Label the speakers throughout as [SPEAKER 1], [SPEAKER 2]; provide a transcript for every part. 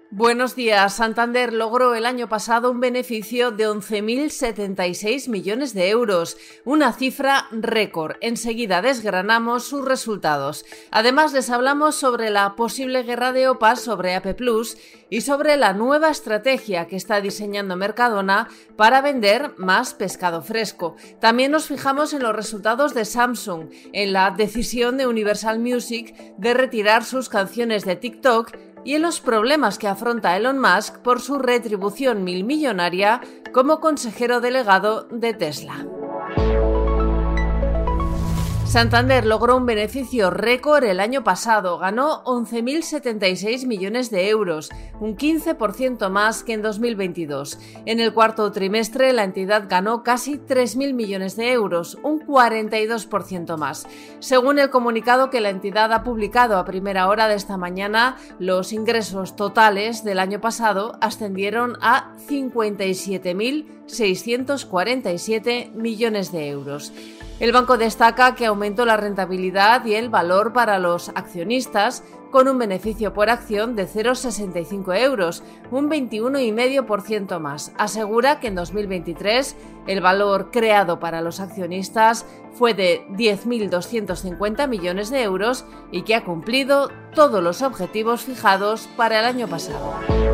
[SPEAKER 1] Buenos días. Santander logró el año pasado un beneficio de 11.076 millones de euros, una cifra récord. Enseguida desgranamos sus resultados. Además, les hablamos sobre la posible guerra de OPAs sobre AP+ y sobre la nueva estrategia que está diseñando Mercadona para vender más pescado fresco. También nos fijamos en los resultados de Samsung, en la decisión de Universal Music de retirar sus canciones de TikTok y en los problemas que afronta Elon Musk por su retribución milmillonaria como consejero delegado de Tesla. Santander logró un beneficio récord el año pasado, ganó 11.076 millones de euros, un 15% más que en 2022. En el cuarto trimestre, la entidad ganó casi 3.000 millones de euros, un 42% más. Según el comunicado que la entidad ha publicado a primera hora de esta mañana, los ingresos totales del año pasado ascendieron a 57.647 millones de euros. El banco destaca que aumentó la rentabilidad y el valor para los accionistas con un beneficio por acción de 0,65 euros, un 21,5% más. Asegura que en 2023 el valor creado para los accionistas fue de 10.250 millones de euros y que ha cumplido todos los objetivos fijados para el año pasado.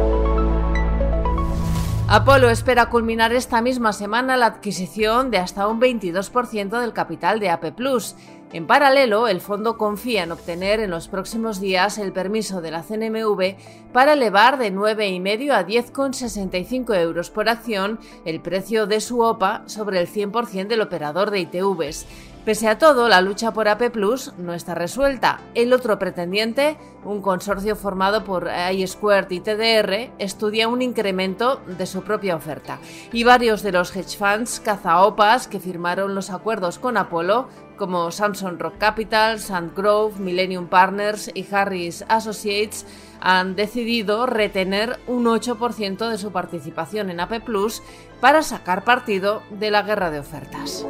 [SPEAKER 1] Apolo espera culminar esta misma semana la adquisición de hasta un 22% del capital de AP+. En paralelo, el fondo confía en obtener en los próximos días el permiso de la CNMV para elevar de 9,5 a 10,65 euros por acción el precio de su OPA sobre el 100% del operador de ITVs. Pese a todo, la lucha por AP+ no está resuelta. El otro pretendiente, un consorcio formado por iSquared y TDR, estudia un incremento de su propia oferta. Y varios de los hedge funds cazaopas que firmaron los acuerdos con Apolo, como Samson Rock Capital, Sandgrove, Millennium Partners y Harris Associates, han decidido retener un 8% de su participación en AP+ para sacar partido de la guerra de ofertas.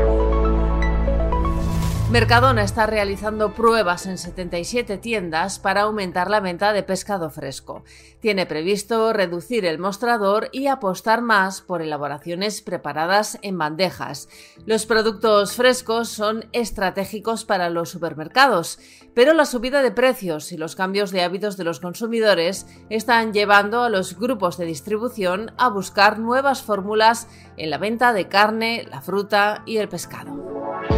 [SPEAKER 1] Mercadona está realizando pruebas en 77 tiendas para aumentar la venta de pescado fresco. Tiene previsto reducir el mostrador y apostar más por elaboraciones preparadas en bandejas. Los productos frescos son estratégicos para los supermercados, pero la subida de precios y los cambios de hábitos de los consumidores están llevando a los grupos de distribución a buscar nuevas fórmulas en la venta de carne, la fruta y el pescado.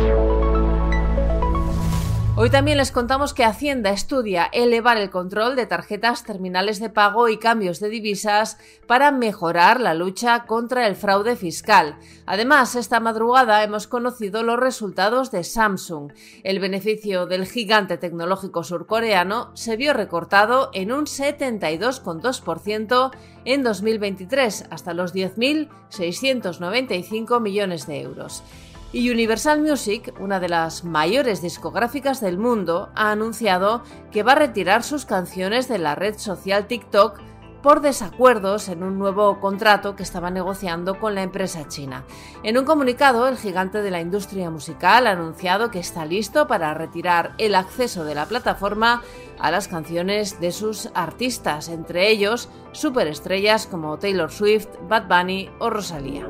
[SPEAKER 1] Hoy también les contamos que Hacienda estudia elevar el control de tarjetas terminales de pago y cambios de divisas para mejorar la lucha contra el fraude fiscal. Además, esta madrugada hemos conocido los resultados de Samsung. El beneficio del gigante tecnológico surcoreano se vio recortado en un 72,2% en 2023, hasta los 10.695 millones de euros. Y Universal Music, una de las mayores discográficas del mundo, ha anunciado que va a retirar sus canciones de la red social TikTok por desacuerdos en un nuevo contrato que estaba negociando con la empresa china. En un comunicado, el gigante de la industria musical ha anunciado que está listo para retirar el acceso de la plataforma a las canciones de sus artistas, entre ellos superestrellas como Taylor Swift, Bad Bunny o Rosalía.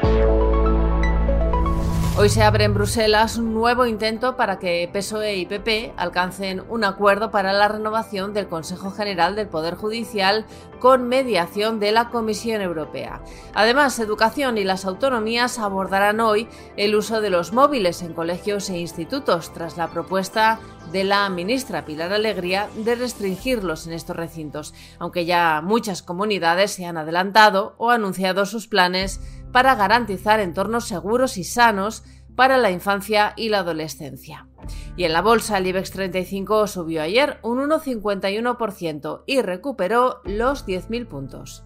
[SPEAKER 1] Hoy se abre en Bruselas un nuevo intento para que PSOE y PP alcancen un acuerdo para la renovación del Consejo General del Poder Judicial con mediación de la Comisión Europea. Además, Educación y las autonomías abordarán hoy el uso de los móviles en colegios e institutos tras la propuesta de la ministra Pilar Alegría de restringirlos en estos recintos, aunque ya muchas comunidades se han adelantado o anunciado sus planes para garantizar entornos seguros y sanos para la infancia y la adolescencia. Y en la bolsa el IBEX 35 subió ayer un 1,51% y recuperó los 10.000 puntos.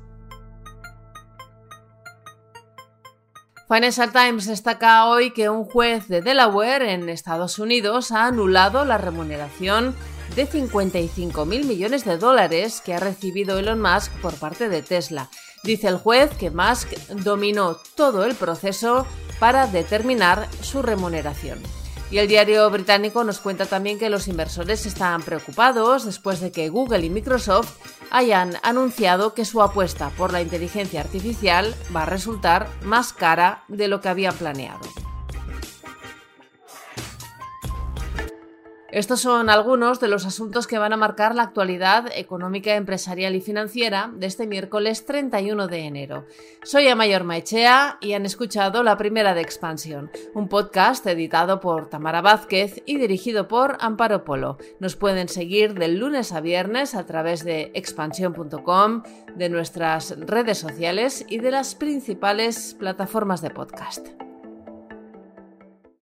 [SPEAKER 1] Financial Times destaca hoy que un juez de Delaware en Estados Unidos ha anulado la remuneración de 55.000 millones de dólares que ha recibido Elon Musk por parte de Tesla. Dice el juez que Musk dominó todo el proceso para determinar su remuneración. Y el diario británico nos cuenta también que los inversores están preocupados después de que Google y Microsoft hayan anunciado que su apuesta por la inteligencia artificial va a resultar más cara de lo que habían planeado. Estos son algunos de los asuntos que van a marcar la actualidad económica, empresarial y financiera de este miércoles 31 de enero. Soy Amaia Ormaechea y han escuchado La Primera de Expansión, un podcast editado por Tamara Vázquez y dirigido por Amparo Polo. Nos pueden seguir del lunes a viernes a través de expansión.com, de nuestras redes sociales y de las principales plataformas de podcast.